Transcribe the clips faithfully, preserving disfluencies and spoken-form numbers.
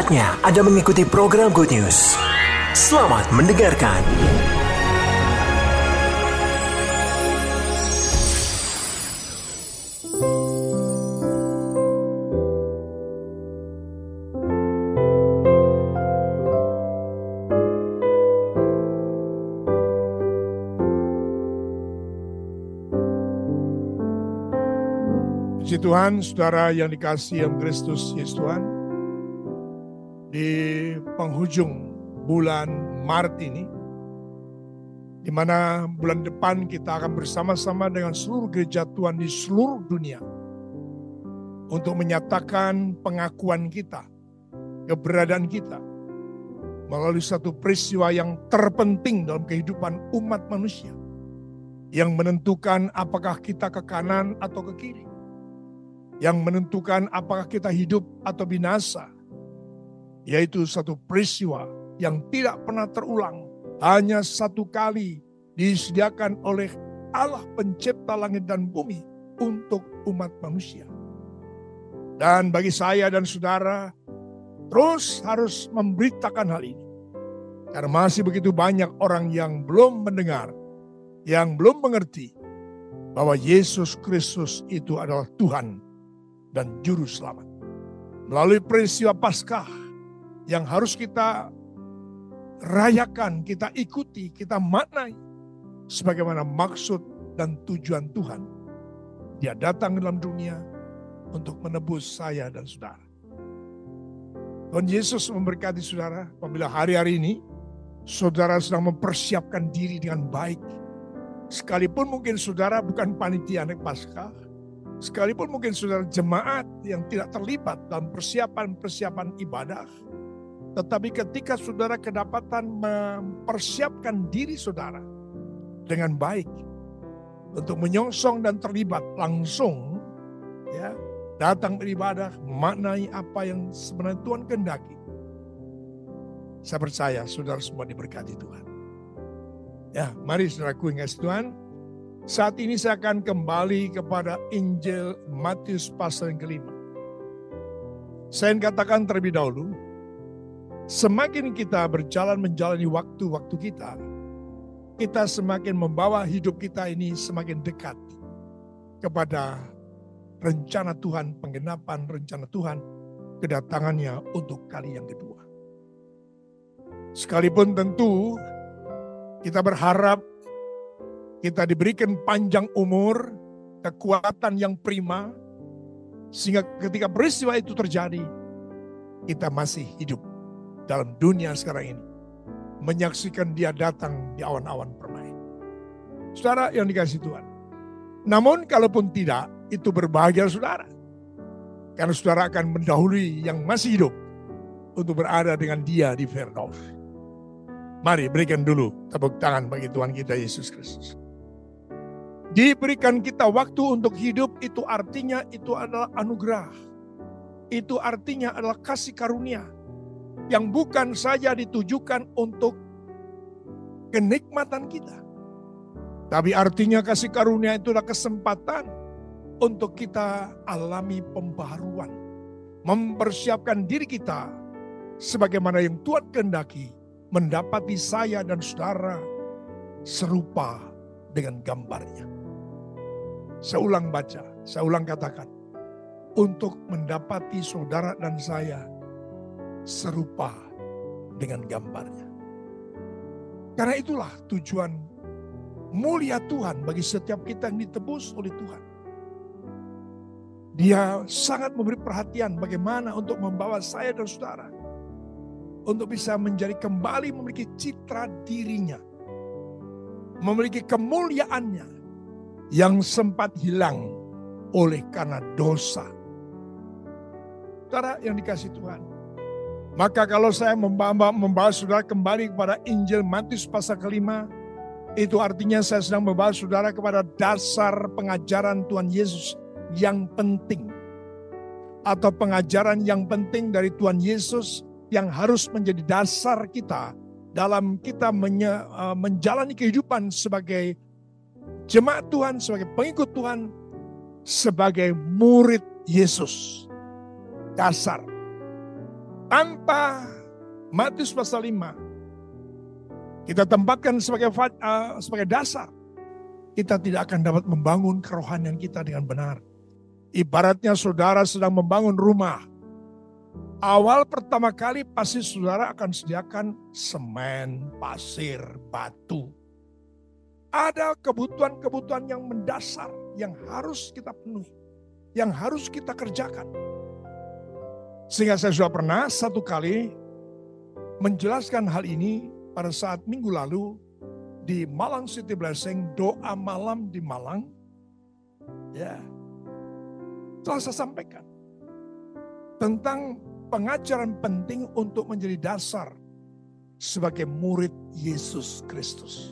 Saatnya Anda mengikuti program Good News. Selamat mendengarkan. Puji Tuhan, saudara yang dikasihi yang Kristus Yesus Tuhan, di penghujung bulan Maret ini, di mana bulan depan kita akan bersama-sama dengan seluruh gereja Tuhan di seluruh dunia untuk menyatakan pengakuan kita, keberadaan kita melalui satu peristiwa yang terpenting dalam kehidupan umat manusia, yang menentukan apakah kita ke kanan atau ke kiri, yang menentukan apakah kita hidup atau binasa, yaitu satu peristiwa yang tidak pernah terulang, hanya satu kali disediakan oleh Allah pencipta langit dan bumi untuk umat manusia. Dan bagi saya dan saudara, terus harus memberitakan hal ini, karena masih begitu banyak orang yang belum mendengar, yang belum mengerti bahwa Yesus Kristus itu adalah Tuhan dan Juru Selamat. Melalui peristiwa Paskah yang harus kita rayakan, kita ikuti, kita maknai sebagaimana maksud dan tujuan Tuhan. Dia datang dalam dunia untuk menebus saya dan saudara. Tuhan Yesus memberkati saudara apabila hari-hari ini saudara sedang mempersiapkan diri dengan baik. Sekalipun mungkin saudara bukan panitia Naik Paskah, sekalipun mungkin saudara jemaat yang tidak terlibat dalam persiapan-persiapan ibadah, tetapi ketika saudara kedapatan mempersiapkan diri saudara dengan baik untuk menyongsong dan terlibat langsung, ya, datang beribadah, maknai apa yang sebenarnya Tuhan kehendaki, saya percaya saudara semua diberkati Tuhan. Ya, mari saudaraku yang kasih Tuhan, saat ini saya akan kembali kepada Injil Matius pasal yang kelima. Saya katakan terlebih dahulu, semakin kita berjalan menjalani waktu-waktu kita, kita semakin membawa hidup kita ini semakin dekat kepada rencana Tuhan, penggenapan rencana Tuhan, kedatangannya untuk kali yang kedua. Sekalipun tentu kita berharap kita diberikan panjang umur, kekuatan yang prima, sehingga ketika peristiwa itu terjadi, kita masih hidup dalam dunia sekarang ini, menyaksikan dia datang di awan-awan permai. Saudara yang dikasihi Tuhan, namun kalaupun tidak, itu berbahagia saudara, karena saudara akan mendahului yang masih hidup untuk berada dengan dia di Firdaus. Mari berikan dulu tepuk tangan bagi Tuhan kita Yesus Kristus. Diberikan kita waktu untuk hidup, itu artinya itu adalah anugerah, itu artinya adalah kasih karunia, yang bukan saja ditujukan untuk kenikmatan kita, tapi artinya kasih karunia itu adalah kesempatan untuk kita alami pembaharuan, mempersiapkan diri kita sebagaimana yang Tuhan kehendaki, mendapati saya dan saudara serupa dengan gambarnya. Saya ulang baca, saya ulang katakan, untuk mendapati saudara dan saya serupa dengan gambarnya. Karena itulah tujuan mulia Tuhan bagi setiap kita yang ditebus oleh Tuhan. Dia sangat memberi perhatian bagaimana untuk membawa saya dan saudara untuk bisa menjadi kembali memiliki citra dirinya, memiliki kemuliaannya yang sempat hilang oleh karena dosa. Saudara yang dikasihi Tuhan, maka kalau saya membawa, membawa saudara kembali kepada Injil Matius pasal kelima, itu artinya saya sedang membawa saudara kepada dasar pengajaran Tuhan Yesus yang penting. Atau pengajaran yang penting dari Tuhan Yesus yang harus menjadi dasar kita dalam kita menye, uh, menjalani kehidupan sebagai jemaat Tuhan, sebagai pengikut Tuhan, sebagai murid Yesus. Dasar. Tanpa Matius pasal lima, kita tempatkan sebagai, uh, sebagai dasar, kita tidak akan dapat membangun kerohanian kita dengan benar. Ibaratnya saudara sedang membangun rumah. Awal pertama kali pasti saudara akan sediakan semen, pasir, batu. Ada kebutuhan-kebutuhan yang mendasar yang harus kita penuhi, yang harus kita kerjakan. Sehingga saya sudah pernah satu kali menjelaskan hal ini pada saat minggu lalu di Malang City Blessing, doa malam di Malang. Ya, telah saya sampaikan tentang pengajaran penting untuk menjadi dasar sebagai murid Yesus Kristus.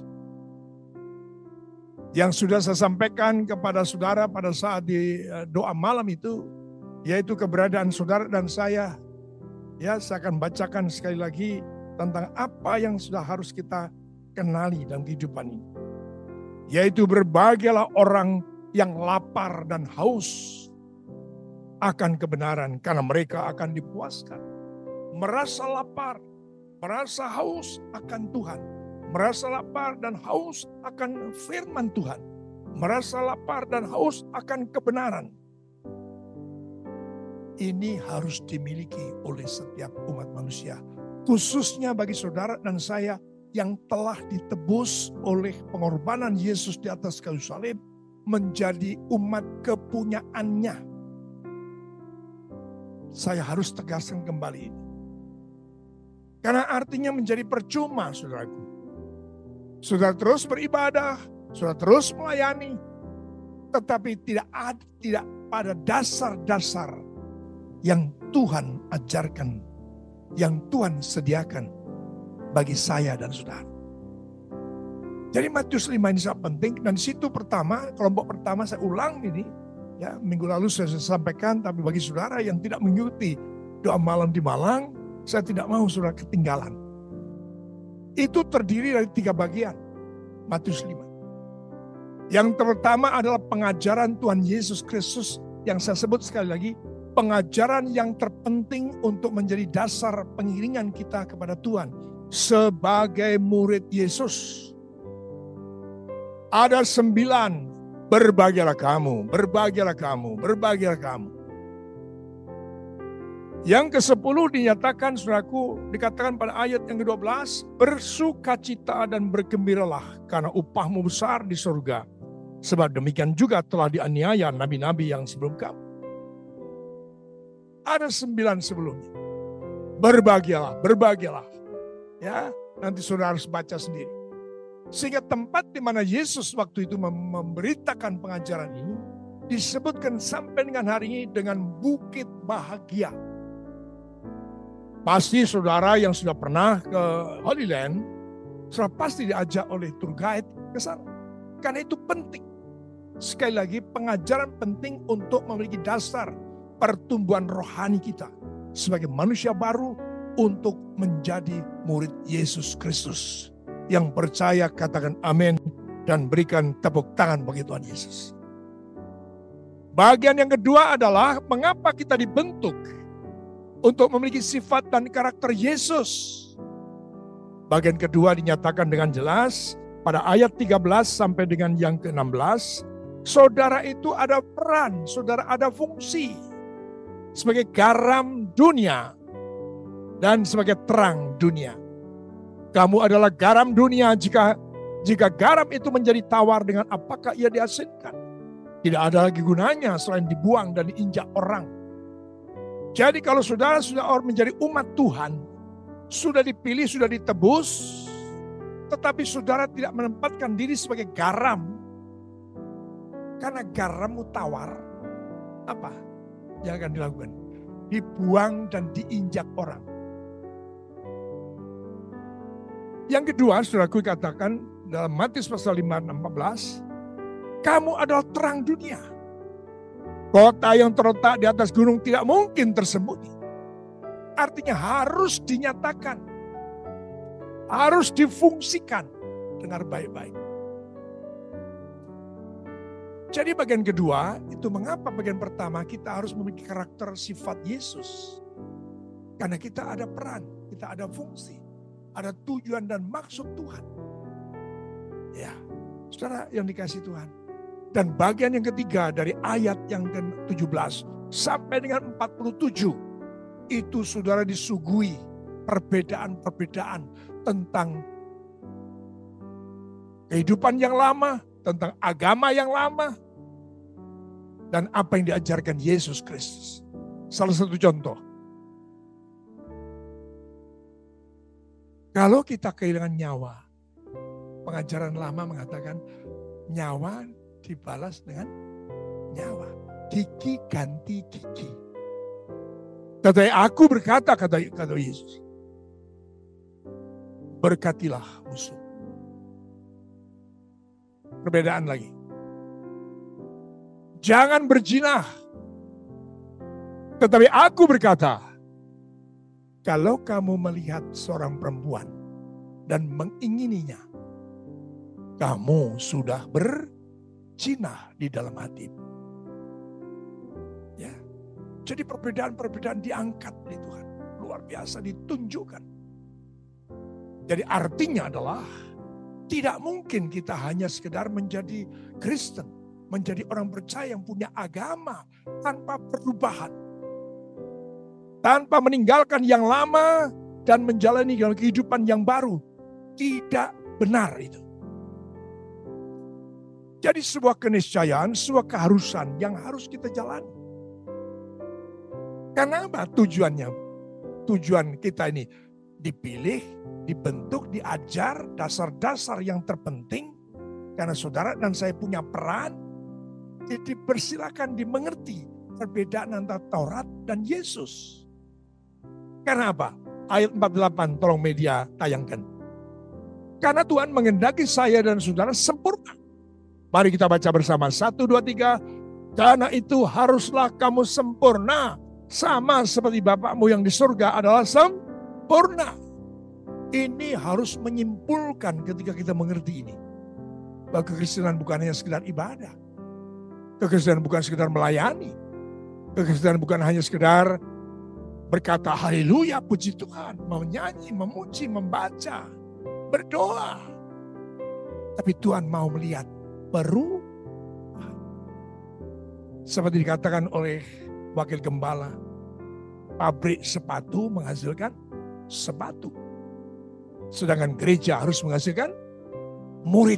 Yang sudah saya sampaikan kepada saudara pada saat di doa malam itu, yaitu keberadaan saudara dan saya. Ya, saya akan bacakan sekali lagi tentang apa yang sudah harus kita kenali dalam kehidupan ini. Yaitu berbahagialah orang yang lapar dan haus akan kebenaran, karena mereka akan dipuaskan. Merasa lapar, merasa haus akan Tuhan. Merasa lapar dan haus akan firman Tuhan. Merasa lapar dan haus akan kebenaran. Ini harus dimiliki oleh setiap umat manusia. Khususnya bagi saudara dan saya yang telah ditebus oleh pengorbanan Yesus di atas kayu salib menjadi umat kepunyaannya. Saya harus tegaskan kembali ini. Karena artinya menjadi percuma, saudaraku. Saudara terus beribadah, saudara terus melayani, tetapi tidak ada, tidak pada dasar-dasar yang Tuhan ajarkan, yang Tuhan sediakan bagi saya dan saudara. Jadi Matius lima ini sangat penting, dan situ pertama, kelompok pertama saya ulang ini, ya minggu lalu saya, saya sampaikan, tapi bagi saudara yang tidak mengikuti doa malam di Malang, saya tidak mau saudara ketinggalan. Itu terdiri dari tiga bagian, Matius lima. Yang pertama adalah pengajaran Tuhan Yesus Kristus, yang saya sebut sekali lagi, pengajaran yang terpenting untuk menjadi dasar pengiringan kita kepada Tuhan sebagai murid Yesus. Ada sembilan, berbahagialah kamu, berbahagialah kamu, berbahagialah kamu. Yang kesepuluh dinyatakan, saudaraku, dikatakan pada ayat yang kedua belas, bersukacita dan bergembiralah karena upahmu besar di surga. Sebab demikian juga telah dianiaya nabi-nabi yang sebelum kamu. Ada sembilan sebelumnya. Berbahagialah, berbahagialah. Ya, nanti saudara harus baca sendiri. Sehingga tempat di mana Yesus waktu itu memberitakan pengajaran ini disebutkan sampai dengan hari ini dengan bukit bahagia. Pasti saudara yang sudah pernah ke Holy Land sudah pasti diajak oleh tour guide ke sana. Karena itu penting. Sekali lagi, pengajaran penting untuk memiliki dasar pertumbuhan rohani kita sebagai manusia baru untuk menjadi murid Yesus Kristus. Yang percaya katakan amin dan berikan tepuk tangan bagi Tuhan Yesus. Bagian yang kedua adalah mengapa kita dibentuk untuk memiliki sifat dan karakter Yesus. Bagian kedua dinyatakan dengan jelas pada ayat tiga belas sampai dengan yang ke enam belas. Saudara itu ada peran, saudara ada fungsi sebagai garam dunia dan sebagai terang dunia. Kamu adalah garam dunia. Jika jika garam itu menjadi tawar, dengan apakah ia diasinkan? Tidak ada lagi gunanya selain dibuang dan diinjak orang. Jadi kalau saudara sudah menjadi umat Tuhan, sudah dipilih, sudah ditebus, tetapi saudara tidak menempatkan diri sebagai garam, karena garammu tawar, apa yang akan dilakukan? Dibuang dan diinjak orang. Yang kedua, saudaraku katakan dalam Matius pasal lima ayat empat belas, kamu adalah terang dunia. Kota yang terletak di atas gunung tidak mungkin tersembunyi. Artinya harus dinyatakan, harus difungsikan. Dengar baik-baik. Jadi bagian kedua, itu mengapa bagian pertama kita harus memiliki karakter sifat Yesus. Karena kita ada peran, kita ada fungsi, ada tujuan dan maksud Tuhan. Ya, saudara yang dikasihi Tuhan. Dan bagian yang ketiga dari ayat yang ke tujuh belas sampai dengan empat puluh tujuh. Itu saudara disuguhi perbedaan-perbedaan tentang kehidupan yang lama, tentang agama yang lama, dan apa yang diajarkan Yesus Kristus. Salah satu contoh. Kalau kita kehilangan nyawa, pengajaran lama mengatakan nyawa dibalas dengan nyawa. Gigi ganti gigi. Kata aku berkata, kata, kata Yesus. Berkatilah musuh. Perbedaan lagi. Jangan berzinah. Tetapi aku berkata, kalau kamu melihat seorang perempuan dan mengingininya, kamu sudah berzinah di dalam hatimu. Ya. Jadi perbedaan-perbedaan diangkat oleh Tuhan. Luar biasa ditunjukkan. Jadi artinya adalah tidak mungkin kita hanya sekedar menjadi Kristen. Menjadi orang percaya yang punya agama tanpa perubahan. Tanpa meninggalkan yang lama dan menjalani kehidupan yang baru. Tidak benar itu. Jadi sebuah keniscayaan, sebuah keharusan yang harus kita jalani. Karena apa tujuannya? Tujuan kita ini dipilih, dibentuk, diajar dasar-dasar yang terpenting. Karena saudara dan saya punya peran. Jadi persilakan dimengerti perbedaan antara Taurat dan Yesus. Karena apa? Ayat empat puluh delapan, tolong media tayangkan. Karena Tuhan mengendaki saya dan saudara sempurna. Mari kita baca bersama. Satu, dua, tiga. Karena itu haruslah kamu sempurna. Sama seperti Bapakmu yang di surga adalah sempurna. Ini harus menyimpulkan ketika kita mengerti ini. Bahwa kekristenan bukan hanya sekedar ibadah. Kekristenan bukan sekedar melayani. Kekristenan bukan hanya sekedar berkata haleluya, puji Tuhan. Menyanyi, memuji, membaca, berdoa. Tapi Tuhan mau melihat perubahan. Seperti dikatakan oleh wakil gembala, pabrik sepatu menghasilkan sepatu. Sedangkan gereja harus menghasilkan murid.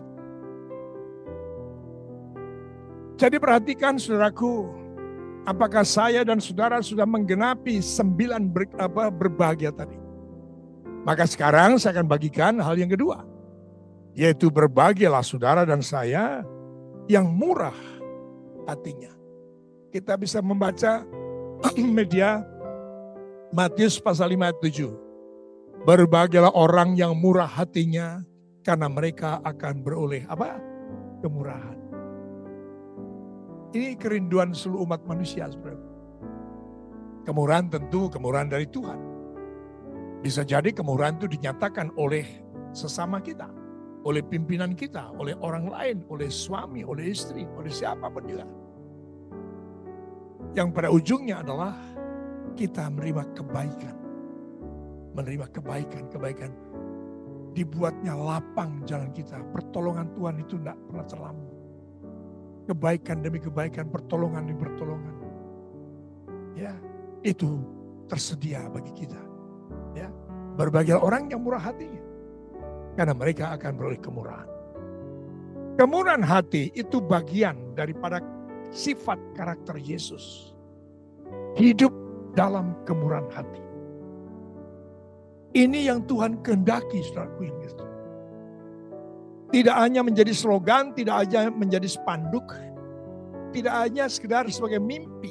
Jadi perhatikan saudaraku, apakah saya dan saudara sudah menggenapi sembilan ber, apa, berbahagia tadi. Maka sekarang saya akan bagikan hal yang kedua. Yaitu berbahagialah saudara dan saya yang murah hatinya. Kita bisa membaca media Matius pasal lima ayat tujuh. Berbahagialah orang yang murah hatinya karena mereka akan beroleh apa? Kemurahan. Ini kerinduan seluruh umat manusia, saudara. Kemurahan tentu kemurahan dari Tuhan. Bisa jadi kemurahan itu dinyatakan oleh sesama kita, oleh pimpinan kita, oleh orang lain, oleh suami, oleh istri, oleh siapapun juga. Yang pada ujungnya adalah kita menerima kebaikan. Menerima kebaikan-kebaikan. Dibuatnya lapang jalan kita. Pertolongan Tuhan itu tidak pernah terlambat. Kebaikan demi kebaikan, pertolongan demi pertolongan. Ya, itu tersedia bagi kita. Ya, berbahagialah orang yang murah hatinya. Karena mereka akan beroleh kemurahan. Kemurahan hati itu bagian daripada sifat karakter Yesus. Hidup dalam kemurahan hati. Ini yang Tuhan kehendaki, saudaraku yang itu. Tidak hanya menjadi slogan, tidak hanya menjadi spanduk, tidak hanya sekedar sebagai mimpi.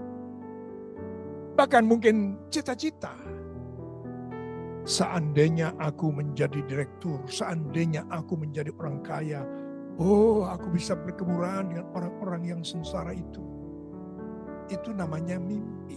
Bahkan mungkin cita-cita. Seandainya aku menjadi direktur, seandainya aku menjadi orang kaya, oh aku bisa berkemurahan dengan orang-orang yang sengsara itu. Itu namanya mimpi.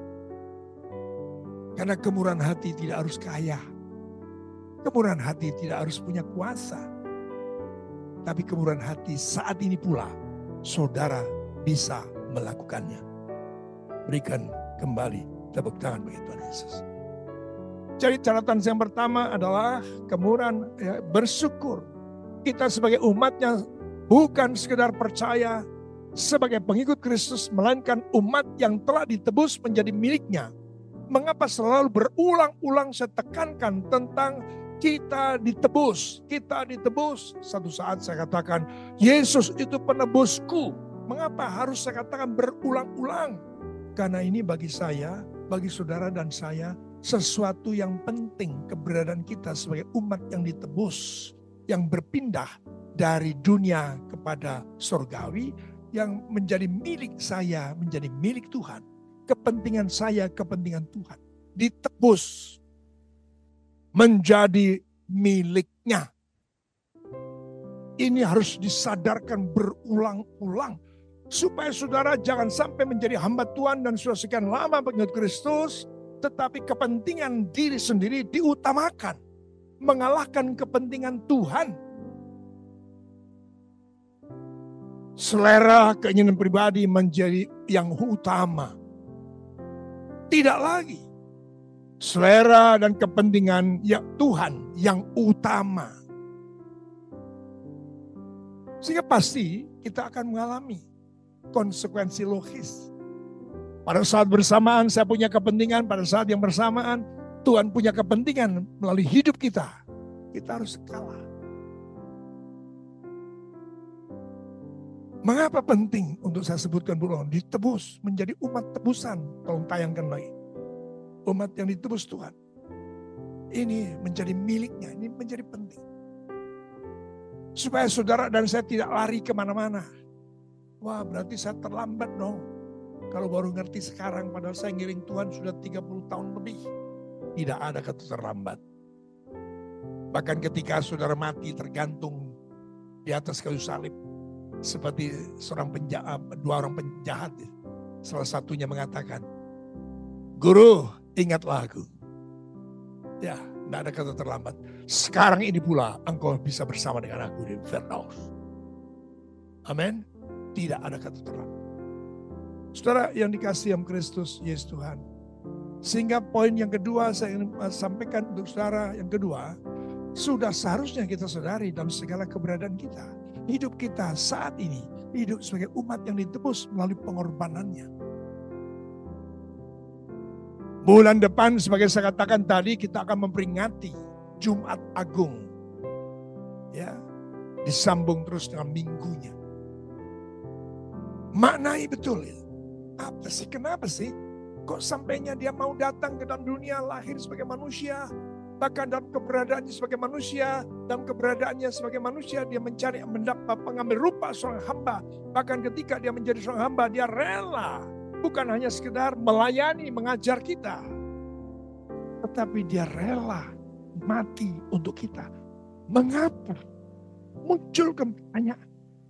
Karena kemurahan hati tidak harus kaya. Kemurahan hati tidak harus punya kuasa. Tapi kemurahan hati saat ini pula saudara bisa melakukannya. Berikan kembali tepuk tangan bagi Tuhan Yesus. Jadi catatan yang pertama adalah kemurahan, ya, bersyukur. Kita sebagai umatnya bukan sekedar percaya sebagai pengikut Kristus, melainkan umat yang telah ditebus menjadi miliknya. Mengapa selalu berulang-ulang saya tekankan tentang kita ditebus, kita ditebus. Satu saat saya katakan, Yesus itu penebusku. Mengapa harus saya katakan berulang-ulang? Karena ini bagi saya, bagi saudara dan saya, sesuatu yang penting, keberadaan kita sebagai umat yang ditebus, yang berpindah dari dunia kepada surgawi, yang menjadi milik saya, menjadi milik Tuhan. Kepentingan saya, kepentingan Tuhan. Ditebus menjadi miliknya. Ini harus disadarkan berulang-ulang. Supaya saudara jangan sampai menjadi hamba Tuhan dan sudah sekian lama pengikut Kristus, tetapi kepentingan diri sendiri diutamakan, mengalahkan kepentingan Tuhan. Selera keinginan pribadi menjadi yang utama. Tidak lagi selera dan kepentingan ya Tuhan yang utama. Sehingga pasti kita akan mengalami konsekuensi logis. Pada saat bersamaan saya punya kepentingan, pada saat yang bersamaan Tuhan punya kepentingan melalui hidup kita. Kita harus kalah. Mengapa penting untuk saya sebutkan berulang? Ditebus menjadi umat tebusan. Tolong tayangkan lagi. Umat yang ditebus Tuhan. Ini menjadi miliknya, ini menjadi penting. Supaya saudara dan saya tidak lari kemana-mana. Wah, berarti saya terlambat dong. Kalau baru ngerti sekarang, padahal saya ngiring Tuhan sudah tiga puluh tahun lebih. Tidak ada kata terlambat. Bahkan ketika saudara mati tergantung di atas kayu salib. Seperti seorang penjahat, dua orang penjahat. Salah satunya mengatakan, Guru, ingatlah aku. Ya, tidak ada kata terlambat. Sekarang ini pula engkau bisa bersama dengan aku di Firdaus. Amin. Tidak ada kata terlambat. Saudara yang dikasihi oleh Kristus Yesus Tuhan. Sehingga poin yang kedua saya ingin sampaikan untuk saudara yang kedua. Sudah seharusnya kita sadari dalam segala keberadaan kita. Hidup kita saat ini. Hidup sebagai umat yang ditebus melalui pengorbanannya. Bulan depan sebagai saya katakan tadi kita akan memperingati Jumat Agung. Ya, disambung terus dengan minggunya. Maknai betul ya. Apa sih, kenapa sih? Kok sampainya dia mau datang ke dalam dunia, lahir sebagai manusia, bahkan dalam keberadaannya sebagai manusia, dalam keberadaannya sebagai manusia, dia mencari mendapat pengambil rupa seorang hamba. Bahkan ketika dia menjadi seorang hamba, dia rela, bukan hanya sekedar melayani, mengajar kita, tetapi dia rela mati untuk kita. Mengapa? Muncul pertanyaan.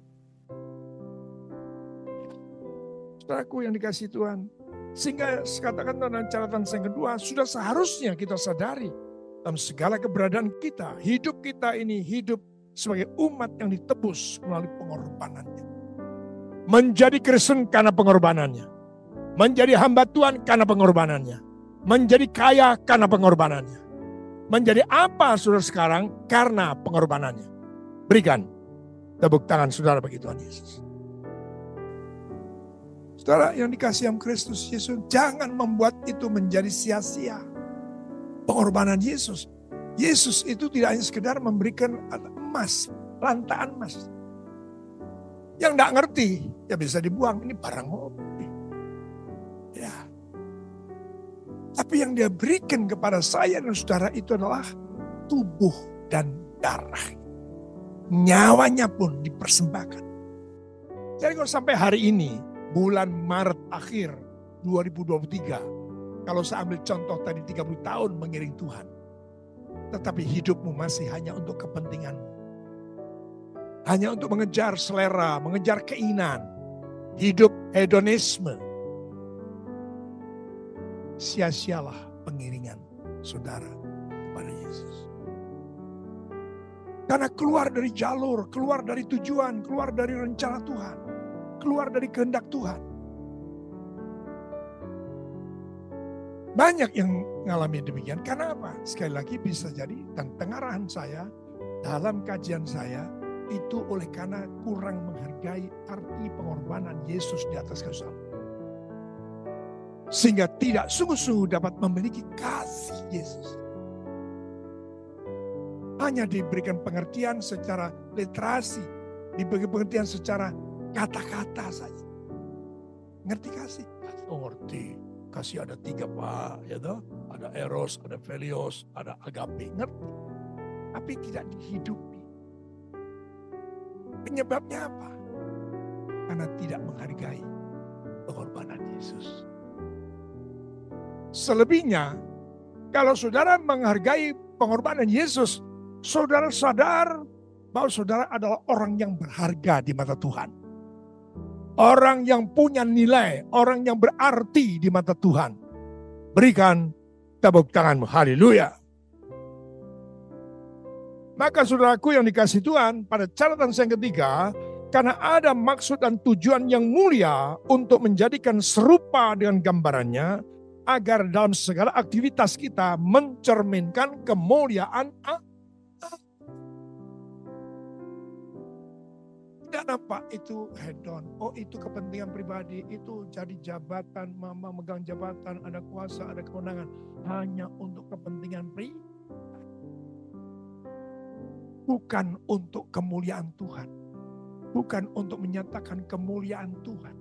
Saudaraku yang dikasihi Tuhan. Sehingga katakan dalam catatan yang kedua, sudah seharusnya kita sadari dalam segala keberadaan kita, hidup kita ini hidup sebagai umat yang ditebus melalui pengorbanannya. Menjadi Kristen karena pengorbanannya. Menjadi hamba Tuhan karena pengorbanannya. Menjadi kaya karena pengorbanannya. Menjadi apa saudara sekarang karena pengorbanannya. Berikan tepuk tangan saudara bagi Tuhan Yesus. Saudara yang dikasihi oleh Kristus Yesus, jangan membuat itu menjadi sia-sia. Pengorbanan Yesus. Yesus itu tidak hanya sekedar memberikan emas, lantaan emas. Yang tidak ngerti, ya bisa dibuang. Ini barang hobi. Ya. Tapi yang dia berikan kepada saya dan saudara itu adalah tubuh dan darah. Nyawanya pun dipersembahkan. Jadi kalau sampai hari ini, bulan Maret akhir dua ribu dua puluh tiga. Kalau saya ambil contoh tadi tiga puluh tahun mengiring Tuhan. Tetapi hidupmu masih hanya untuk kepentingan. Hanya untuk mengejar selera, mengejar keinginan. Hidup hedonisme. Sia-sialah pengiringan saudara kepada Yesus. Karena keluar dari jalur, keluar dari tujuan, keluar dari rencana Tuhan. Keluar dari kehendak Tuhan. Banyak yang mengalami demikian. Karena apa? Sekali lagi bisa jadi, dan pengarahan saya dalam kajian saya itu oleh karena kurang menghargai arti pengorbanan Yesus di atas kayu salib. Sehingga tidak sungguh-sungguh dapat memiliki kasih Yesus. Hanya diberikan pengertian secara literasi, diberi pengertian secara kata-kata saja. Ngerti kasih? Oh, ngerti. Kasih ada tiga, Pak, ya toh? Ada eros, ada philios, ada agape, ngerti. Tapi tidak dihidupi. Penyebabnya apa? Karena tidak menghargai pengorbanan Yesus. Selebihnya, kalau saudara menghargai pengorbanan Yesus, saudara sadar bahwa saudara adalah orang yang berharga di mata Tuhan. Orang yang punya nilai, orang yang berarti di mata Tuhan. Berikan tepuk tanganmu, haleluya. Maka saudaraku yang dikasih Tuhan, pada catatan yang ketiga, karena ada maksud dan tujuan yang mulia untuk menjadikan serupa dengan gambarannya, agar dalam segala aktivitas kita mencerminkan kemuliaan Allah. Tidak nampak itu hedon, oh itu kepentingan pribadi, itu jadi jabatan, mama megang jabatan, ada kuasa, ada kewenangan. Hanya untuk kepentingan pribadi. Bukan untuk kemuliaan Tuhan. Bukan untuk menyatakan kemuliaan Tuhan.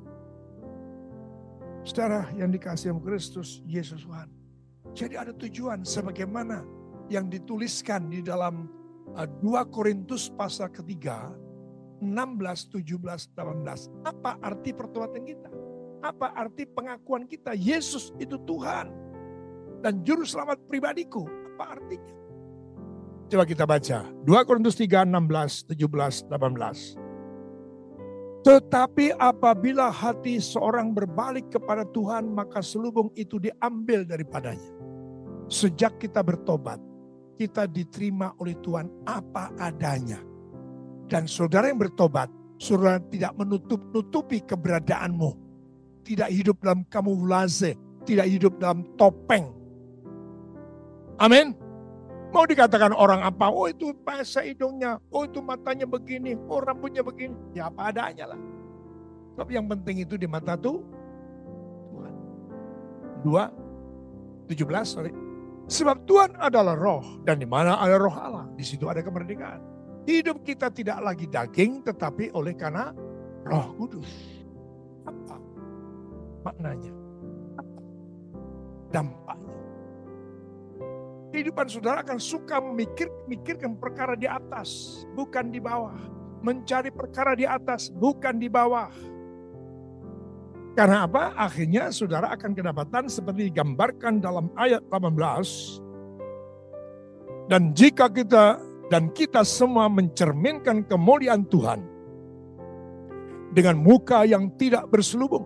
Saudara yang dikasihi Kristus, Yesus Tuhan. Jadi ada tujuan sebagaimana yang dituliskan di dalam dua Korintus pasal ketiga, enam belas, tujuh belas, delapan belas. Apa arti pertobatan kita? Apa arti pengakuan kita? Yesus itu Tuhan dan juru selamat pribadiku. Apa artinya? Coba kita baca. dua Korintus tiga, enam belas, tujuh belas, delapan belas. Tetapi apabila hati seorang berbalik kepada Tuhan, maka selubung itu diambil daripadanya. Sejak kita bertobat, kita diterima oleh Tuhan apa adanya. Dan saudara yang bertobat, saudara tidak menutup-nutupi keberadaanmu. Tidak hidup dalam kamuflase, tidak hidup dalam topeng. Amin. Mau dikatakan orang apa, oh itu pasang hidungnya, oh itu matanya begini, oh rambutnya begini. Ya apa adanya lah. Tapi yang penting itu di mata tuh Tuhan. dua, tujuh belas, sorry. Sebab Tuhan adalah roh, dan di mana ada roh Allah, di situ ada kemerdekaan. Hidup kita tidak lagi daging, tetapi oleh karena Roh Kudus. Apa maknanya? Apa dampaknya? Kehidupan saudara akan suka memikir, memikirkan perkara di atas, bukan di bawah. Mencari perkara di atas, bukan di bawah. Karena apa? Akhirnya saudara akan kedapatan seperti digambarkan dalam ayat delapan belas. Dan jika kita dan kita semua mencerminkan kemuliaan Tuhan dengan muka yang tidak berselubung.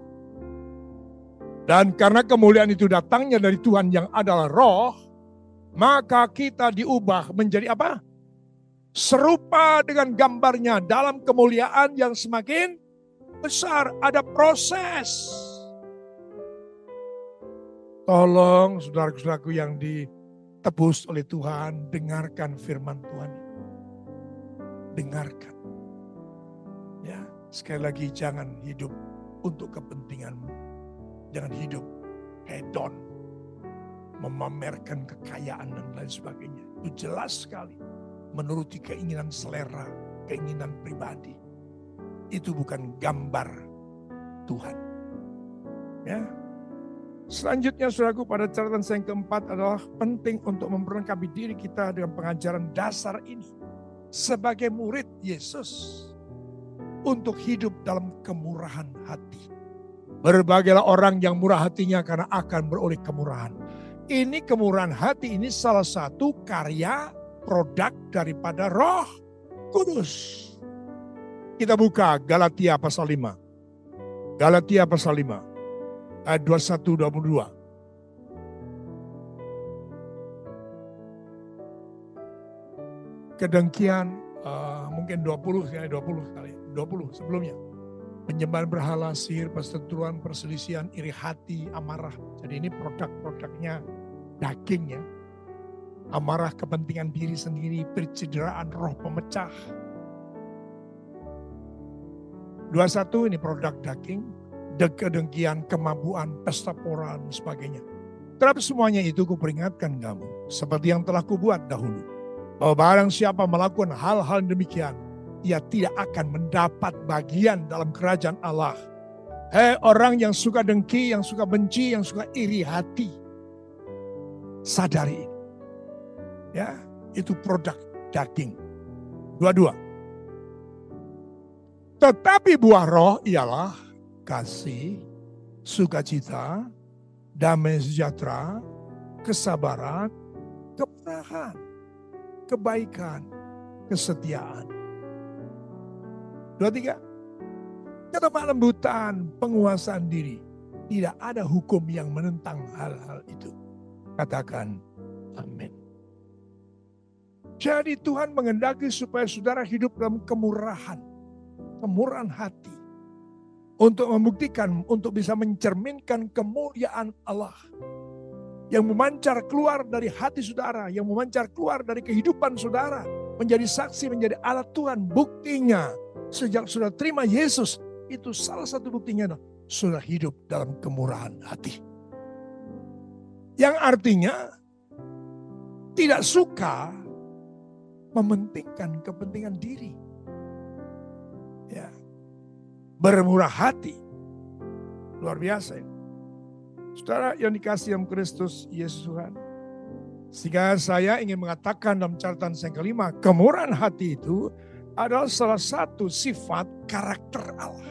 Dan karena kemuliaan itu datangnya dari Tuhan yang adalah roh, maka kita diubah menjadi apa? Serupa dengan gambarnya dalam kemuliaan yang semakin besar. Ada proses. Tolong saudara-saudaraku yang ditebus oleh Tuhan, dengarkan firman Tuhan. Dengarkan. Ya, sekali lagi jangan hidup untuk kepentinganmu. Jangan hidup hedon. Memamerkan kekayaan dan lain sebagainya. Itu jelas sekali. Menuruti keinginan selera, keinginan pribadi. Itu bukan gambar Tuhan. Ya. Selanjutnya saudaraku, pada catatan saya yang keempat adalah penting untuk memperlengkapi diri kita dengan pengajaran dasar ini. Sebagai murid Yesus. Untuk hidup dalam kemurahan hati. Berbahagialah orang yang murah hatinya karena akan beroleh kemurahan. Ini kemurahan hati ini salah satu karya produk daripada Roh Kudus. Kita buka Galatia pasal lima. Galatia pasal lima. Ayat dua puluh satu dua puluh dua. Kedengkian uh, mungkin dua puluh kali dua puluh kali dua puluh sebelumnya. penyembahan berhala, sihir, perseteruan, perselisihan, iri hati, amarah. Jadi ini produk-produknya daging ya. Amarah, kepentingan diri sendiri, percederaan, roh pemecah. dua puluh satu ini produk daging, kedengkian, kemabuan, pesta pora, dan sebagainya. Tetapi semuanya itu kuperingatkan kamu, seperti yang telah kubuat dahulu, bahwa barang siapa melakukan hal-hal demikian, ia tidak akan mendapat bagian dalam kerajaan Allah. Hei orang yang suka dengki, yang suka benci, yang suka iri hati, sadari ini. Ya, itu produk daging. Dua-dua. Tetapi buah roh ialah kasih, sukacita, damai sejahtera, kesabaran, kemurahan, kebaikan, kesetiaan. Dua tiga. Kelemah lembutan, penguasaan diri. Tidak ada hukum yang menentang hal-hal itu. Katakan amin. Jadi Tuhan menghendaki supaya saudara hidup dalam kemurahan. Kemurahan hati. Untuk membuktikan, untuk bisa mencerminkan kemuliaan Allah. Yang memancar keluar dari hati saudara. Yang memancar keluar dari kehidupan saudara. Menjadi saksi, menjadi alat Tuhan. Buktinya, sejak sudah terima Yesus, itu salah satu buktinya, sudah hidup dalam kemurahan hati. Yang artinya, tidak suka mementingkan kepentingan diri. Ya, bermurah hati. Luar biasa ini. Saudara yang dikasihi dalam Kristus Yesus Tuhan. Sehingga saya ingin mengatakan dalam catatan yang kelima, kemurahan hati itu adalah salah satu sifat karakter Allah.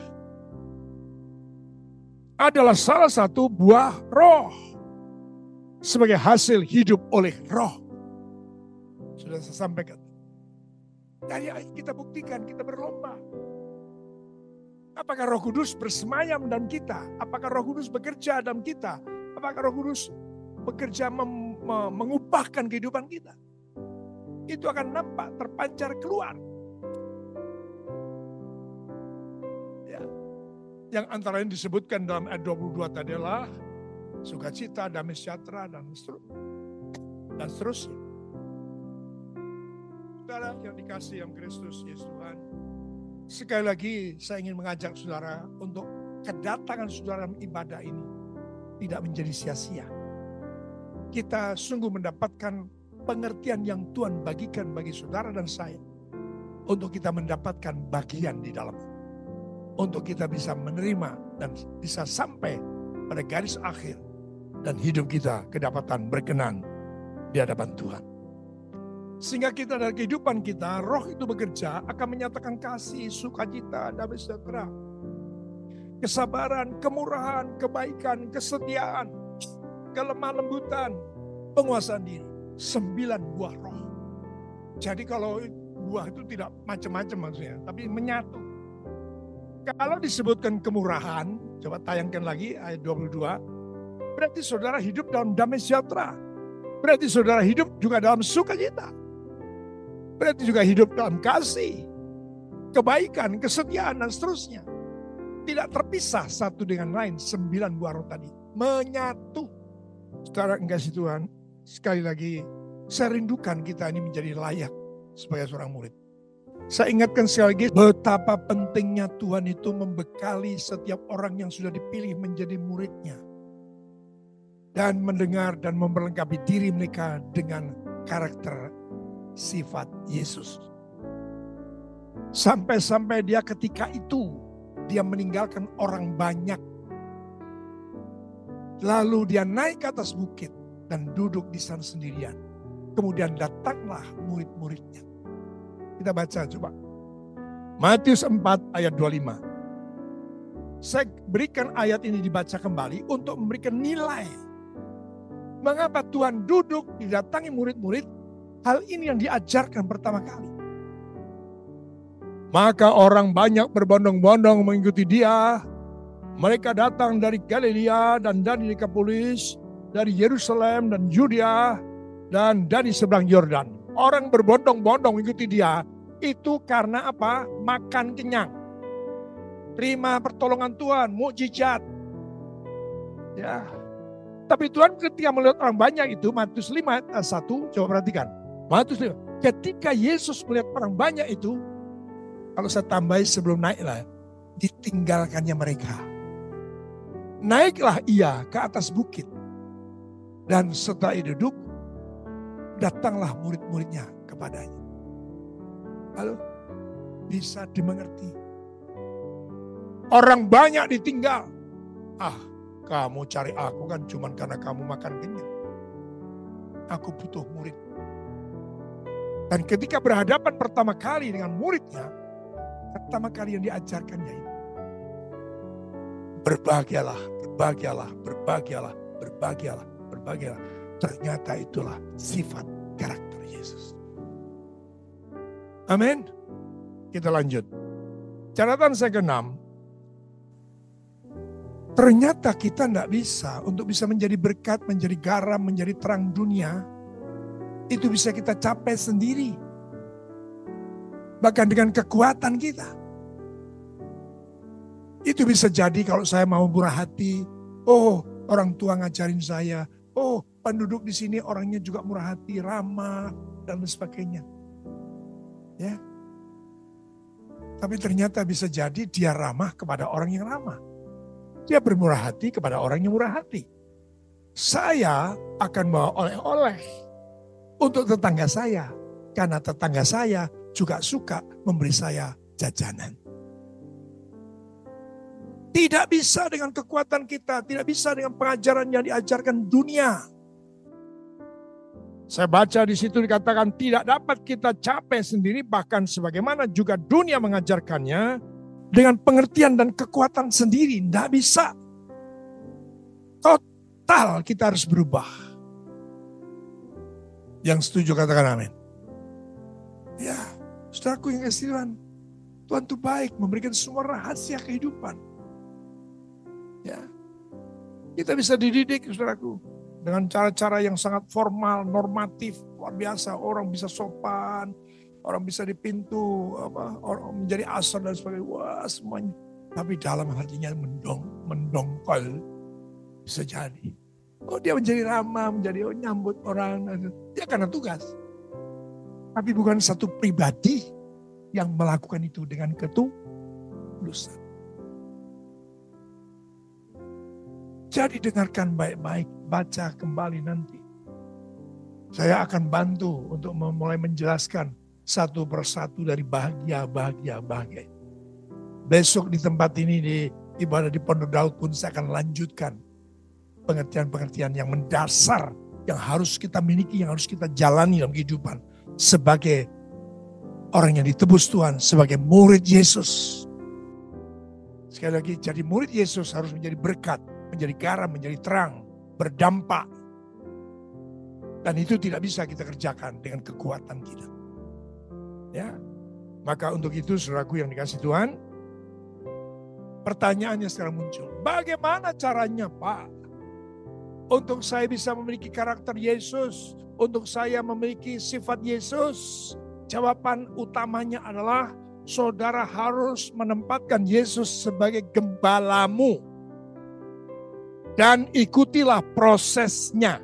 Adalah salah satu buah roh. Sebagai hasil hidup oleh roh. Sudah saya sampaikan. Jadi kita buktikan, kita berlomba. Apakah Roh Kudus bersemayam dalam kita? Apakah Roh Kudus bekerja dalam kita? Apakah Roh Kudus bekerja mem- mengubahkan kehidupan kita? Itu akan nampak terpancar keluar. Ya. Yang antara yang disebutkan dalam ayat dua puluh dua tadi adalah sukacita, damai sejahtera, dan seterusnya. Dan seterusnya. Saudara yang dikasihi yang Kristus Yesus Tuhan. Sekali lagi saya ingin mengajak saudara untuk kedatangan saudara dalam ibadah ini tidak menjadi sia-sia. Kita sungguh mendapatkan pengertian yang Tuhan bagikan bagi saudara dan saya. Untuk kita mendapatkan bagian di dalam. Untuk kita bisa menerima dan bisa sampai pada garis akhir. Dan hidup kita kedapatan berkenan di hadapan Tuhan. Sehingga kita dari kehidupan kita, roh itu bekerja akan menyatakan kasih, sukacita, damai sejahtera, kesabaran, kemurahan, kebaikan, kesetiaan, kelemah lembutan, penguasaan diri. Sembilan buah roh. Jadi kalau buah itu tidak macam-macam maksudnya, tapi menyatu. Kalau disebutkan kemurahan, coba tayangkan lagi ayat dua puluh dua, berarti saudara hidup dalam damai sejahtera. Berarti saudara hidup juga dalam sukacita. Berarti juga hidup dalam kasih, kebaikan, kesetiaan, dan seterusnya. Tidak terpisah satu dengan lain, sembilan buah roh tadi. Menyatu. Saudara kasih Tuhan, sekali lagi, saya rindukan kita ini menjadi layak sebagai seorang murid. Saya ingatkan sekali lagi, betapa pentingnya Tuhan itu membekali setiap orang yang sudah dipilih menjadi muridnya. Dan mendengar dan memperlengkapi diri mereka dengan karakter sifat Yesus. Sampai-sampai dia ketika itu, dia meninggalkan orang banyak. Lalu dia naik ke atas bukit dan duduk di sana sendirian. Kemudian datanglah murid-muridnya. Kita baca coba. Matius empat ayat dua puluh lima. Saya berikan ayat ini dibaca kembali untuk memberikan nilai. Mengapa Tuhan duduk didatangi murid-murid? Hal ini yang diajarkan pertama kali. Maka orang banyak berbondong-bondong mengikuti dia. Mereka datang dari Galilea dan dari Dekapolis, dari Yerusalem dan Yudea, dan dari seberang Yordan. Orang berbondong-bondong mengikuti dia. Itu karena apa? Makan kenyang. terima pertolongan Tuhan, mukjizat. Ya. Tapi Tuhan ketika melihat orang banyak itu, Matius lima ayat satu, coba perhatikan. Matius lima. Ketika Yesus melihat orang banyak itu, kalau saya tambahin sebelum naik lah, ditinggalkannya mereka. Naiklah ia ke atas bukit. Dan setelah itu duduk, datanglah murid-muridnya kepadanya. Lalu bisa dimengerti. Orang banyak ditinggal. Ah, kamu cari aku kan cuma karena kamu makan kenyang. Aku butuh murid. Dan ketika berhadapan pertama kali dengan muridnya, pertama kali yang diajarkannya itu, berbahagialah, berbahagialah, berbahagialah, berbahagialah, berbahagialah. Ternyata itulah sifat karakter Yesus. Amin. Kita lanjut. Catatan saya keenam. Ternyata kita tidak bisa untuk bisa menjadi berkat, menjadi garam, menjadi terang dunia. Itu bisa kita capai sendiri. Bahkan dengan kekuatan kita. Itu bisa jadi kalau saya mau murah hati. Oh, orang tua ngajarin saya. Oh, penduduk di sini orangnya juga murah hati, ramah, dan sebagainya. Ya. Tapi ternyata bisa jadi dia ramah kepada orang yang ramah. Dia bermurah hati kepada orang yang murah hati. Saya akan bawa oleh-oleh untuk tetangga saya. Karena tetangga saya juga suka memberi saya jajanan. Tidak bisa dengan kekuatan kita, tidak bisa dengan pengajaran yang diajarkan dunia. Saya baca di situ dikatakan tidak dapat kita capai sendiri, bahkan sebagaimana juga dunia mengajarkannya dengan pengertian dan kekuatan sendiri. Tidak bisa. Total kita harus berubah. Yang setuju katakan amin. Ya, saudaraku yang kasih Tuhan, Tuhan itu baik memberikan semua rahasia kehidupan. Ya, kita bisa dididik saudaraku dengan cara-cara yang sangat formal, normatif, luar biasa. Orang bisa sopan, orang bisa di pintu, apa, orang menjadi asal dan sebagainya. Wah semuanya. Tapi dalam hatinya mendong, mendongkol bisa jadi. Oh dia menjadi ramah, menjadi oh, nyambut orang. Dia karena tugas. Tapi bukan satu pribadi yang melakukan itu dengan ketulusan. Jadi dengarkan baik-baik, baca kembali nanti. Saya akan bantu untuk mulai menjelaskan satu persatu dari bahagia, bahagia, bahagia. Besok di tempat ini di ibadah di Pondok Daud pun saya akan lanjutkan pengertian-pengertian yang mendasar yang harus kita miliki, yang harus kita jalani dalam kehidupan sebagai orang yang ditebus Tuhan, sebagai murid Yesus. Sekali lagi, jadi murid Yesus harus menjadi berkat, menjadi garam, menjadi terang, berdampak. Dan itu tidak bisa kita kerjakan dengan kekuatan kita. Ya, maka untuk itu saudaraku yang dikasih Tuhan, pertanyaannya sekarang muncul. Bagaimana caranya Pak? Untuk saya bisa memiliki karakter Yesus, untuk saya memiliki sifat Yesus, jawaban utamanya adalah saudara harus menempatkan Yesus sebagai gembalamu. Dan ikutilah prosesnya.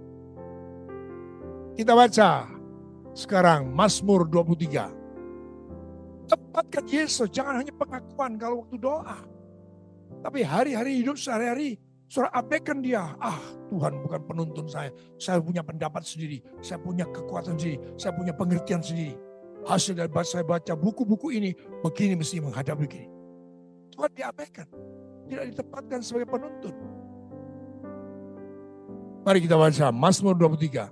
Kita baca sekarang Mazmur dua puluh tiga. Tempatkan Yesus, jangan hanya pengakuan kalau waktu doa. Tapi hari-hari hidup sehari-hari, saudara abaikan dia. Ah Tuhan bukan penuntun saya. Saya punya pendapat sendiri. Saya punya kekuatan sendiri. Saya punya pengertian sendiri. Hasil dari saya baca buku-buku ini, begini mesti menghadapi begini. Tuhan diabaikan. Tidak ditempatkan sebagai penuntun. Mari kita baca Mazmur dua puluh tiga.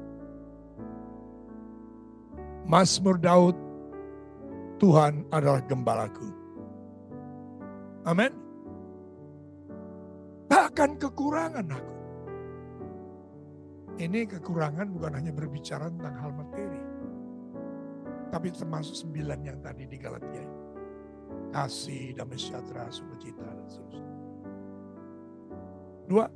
Mazmur Daud, Tuhan adalah gembalaku. Amin. Takkan kekurangan aku. Ini kekurangan bukan hanya berbicara tentang hal materi. Tapi termasuk sembilan yang tadi di Galatia. Kasih, damai sejahtera, sukacita, dan seterusnya. Dua.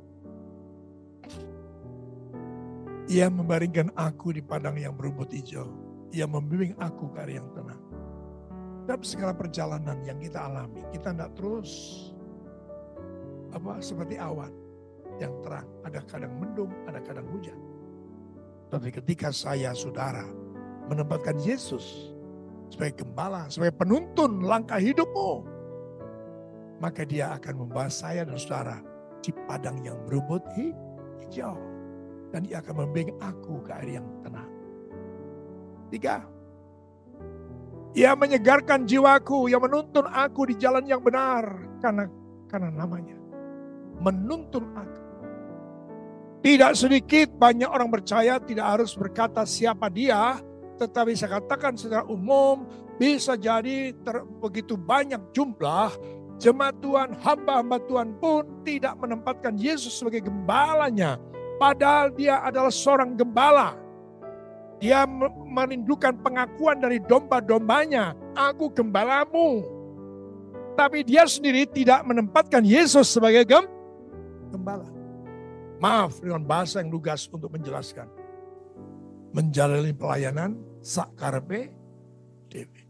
Ia membaringkan aku di padang yang berumput hijau. Ia membimbing aku ke arah yang tenang. Dalam segala perjalanan yang kita alami, kita tidak terus apa seperti awan yang terang. Ada kadang mendung, ada kadang hujan. Tapi ketika saya, saudara, menempatkan Yesus sebagai gembala, sebagai penuntun langkah hidupmu, maka dia akan membawa saya dan saudara di padang yang berumput hijau. Dan dia akan membimbing aku ke air yang tenang. Tiga, ia menyegarkan jiwaku, yang menuntun aku di jalan yang benar. Karena, karena namanya. Menuntun aku. Tidak sedikit banyak orang percaya tidak harus berkata siapa dia. Tetapi saya katakan secara umum, bisa jadi ter, begitu banyak jumlah jemaat Tuhan, hamba-hamba Tuhan pun tidak menempatkan Yesus sebagai gembalanya. Padahal dia adalah seorang gembala. Dia merindukan pengakuan dari domba-dombanya. Aku gembalamu. Tapi dia sendiri tidak menempatkan Yesus sebagai gembala. Maaf dengan bahasa yang lugas untuk menjelaskan. Menjalani pelayanan sakarpe dewe.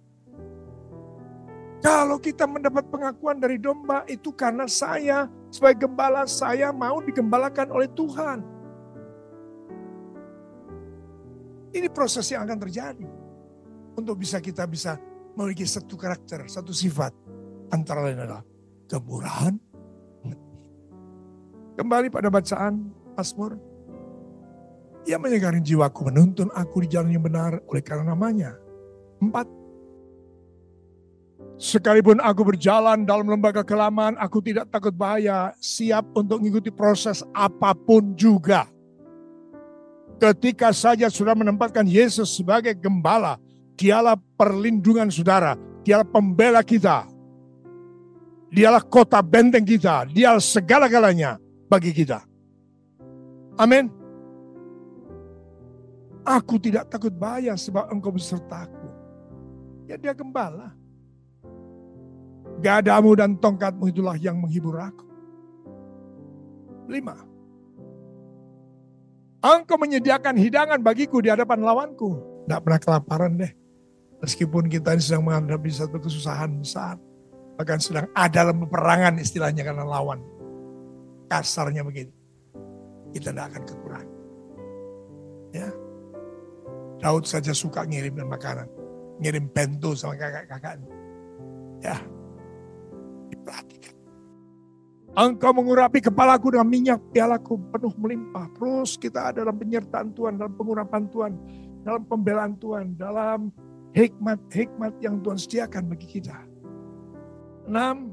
Kalau kita mendapat pengakuan dari domba itu karena saya sebagai gembala, saya mau digembalakan oleh Tuhan. Ini proses yang akan terjadi. Untuk bisa kita bisa memiliki satu karakter, satu sifat. Antara lain adalah kemurahan. Kembali pada bacaan Mazmur. Ia menyegarkan jiwaku, menuntun aku di jalan yang benar oleh karena namanya. Empat. Sekalipun aku berjalan dalam lembaga kelamaan, aku tidak takut bahaya, siap untuk mengikuti proses apapun juga. Ketika saja saudara menempatkan Yesus sebagai gembala, dialah perlindungan saudara, dialah pembela kita, dialah kota benteng kita, dialah segala-galanya bagi kita. Amin. Aku tidak takut bahaya sebab engkau besertaku. Ya dia gembala. Gadamu dan tongkatmu itulah yang menghibur aku. Lima. Engkau menyediakan hidangan bagiku di hadapan lawanku. Tidak pernah kelaparan deh. Meskipun kita sedang menghadapi satu kesusahan besar. Bahkan sedang ada dalam peperangan istilahnya karena lawan. Kasarnya begitu. Kita tidak akan kekurangan. Ya. Daud saja suka ngirim makanan. Ngirim bento sama kakak-kakaknya. Ya. Diperhatikan. Engkau mengurapi kepalaku dengan minyak, pialaku penuh melimpah. Terus kita ada dalam penyertaan Tuhan, dalam pengurapan Tuhan, dalam pembelaan Tuhan, dalam hikmat-hikmat yang Tuhan sediakan bagi kita. Enam,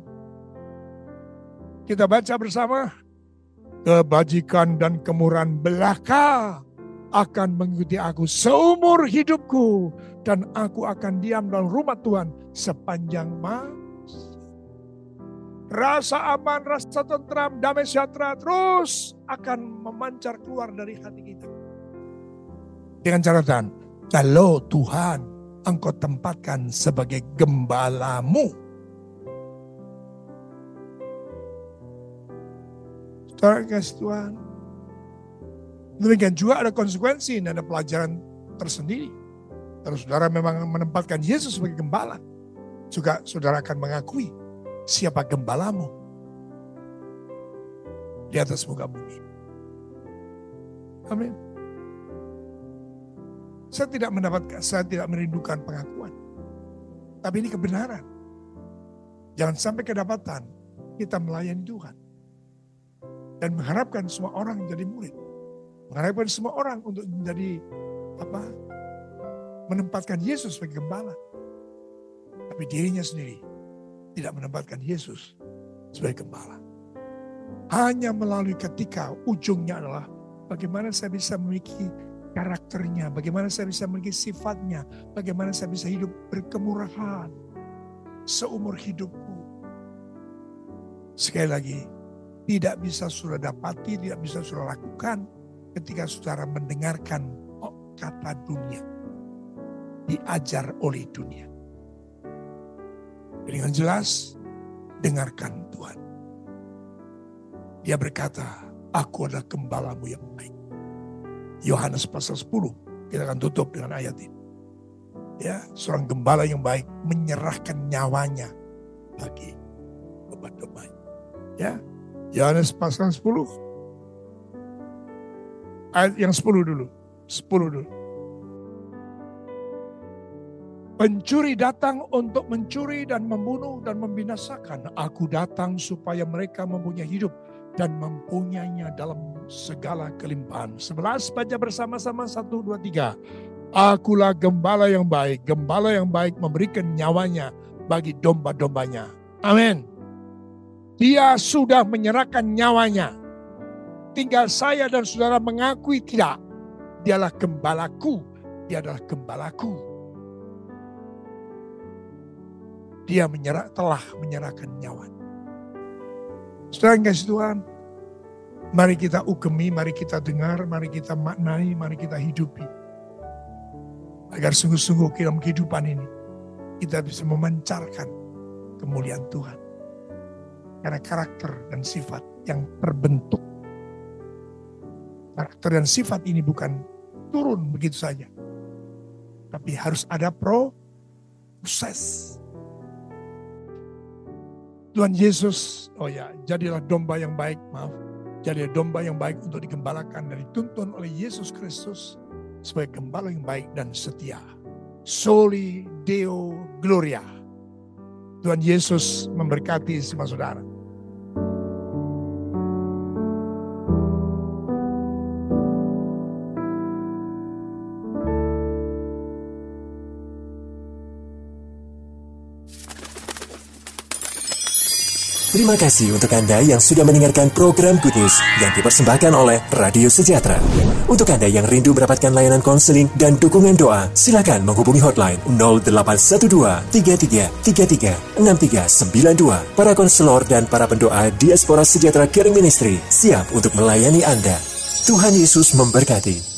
kita baca bersama. Kebajikan dan kemurahan belaka akan mengikuti aku seumur hidupku. Dan aku akan diam dalam rumah Tuhan sepanjang masa. Rasa aman, rasa tentram, damai sejahtera terus akan memancar keluar dari hati kita. Dengan catatan, kalau Tuhan engkau tempatkan sebagai gembalamu. Saudara kasih Tuhan. Demikian juga ada konsekuensi dan ada pelajaran tersendiri. Kalau saudara memang menempatkan Yesus sebagai gembala, juga saudara akan mengakui siapa gembalamu di atas muka bumi. Amin. Saya tidak mendapatkan, saya tidak merindukan pengakuan. Tapi ini kebenaran. Jangan sampai kedapatan kita melayani Tuhan. Dan mengharapkan semua orang menjadi murid. Mengharapkan semua orang untuk menjadi apa? Menempatkan Yesus sebagai gembala. Tapi dirinya sendiri tidak menempatkan Yesus sebagai gembala. Hanya melalui ketika ujungnya adalah bagaimana saya bisa memiliki karakternya, bagaimana saya bisa memiliki sifatnya, bagaimana saya bisa hidup berkemurahan seumur hidupku. Sekali lagi, tidak bisa saudara dapati, tidak bisa saudara lakukan ketika saudara mendengarkan kata dunia, diajar oleh dunia. Dengan jelas, dengarkan Tuhan. Dia berkata, aku adalah gembalamu yang baik. Yohanes pasal sepuluh, kita akan tutup dengan ayat ini. Ya, seorang gembala yang baik menyerahkan nyawanya bagi domba-dombanya. Ya, Yohanes pasal sepuluh. Ayat yang sepuluh dulu. sepuluh dulu. Pencuri datang untuk mencuri dan membunuh dan membinasakan. Aku datang supaya mereka mempunyai hidup dan mempunyainya dalam segala kelimpahan. Sebelas, baca bersama-sama, satu, dua, tiga. Akulah gembala yang baik. Gembala yang baik memberikan nyawanya bagi domba-dombanya. Amin. Dia sudah menyerahkan nyawanya. Tinggal saya dan saudara mengakui tidak. Dialah gembalaku. Dia adalah gembalaku. Dia menyerah, telah menyerahkan nyawa. Saudara yang kasih Tuhan, mari kita ukemi, mari kita dengar, mari kita maknai, mari kita hidupi. Agar sungguh-sungguh dalam kehidupan ini, kita bisa memancarkan kemuliaan Tuhan. Karena karakter dan sifat yang terbentuk. Karakter dan sifat ini bukan turun begitu saja. Tapi harus ada proses. Tuhan Yesus, oh ya, jadilah domba yang baik, maaf. Jadilah domba yang baik untuk digembalakan dan dituntun oleh Yesus Kristus sebagai gembala yang baik dan setia. Soli Deo Gloria. Tuhan Yesus memberkati semua saudara. Terima kasih untuk Anda yang sudah mendengarkan program Good News yang dipersembahkan oleh Radio Sejahtera. Untuk Anda yang rindu mendapatkan layanan konseling dan dukungan doa, silakan menghubungi hotline nol delapan satu dua tiga tiga tiga tiga enam tiga sembilan dua. Para konselor dan para pendoa Diaspora Sejahtera Caring Ministry siap untuk melayani Anda. Tuhan Yesus memberkati.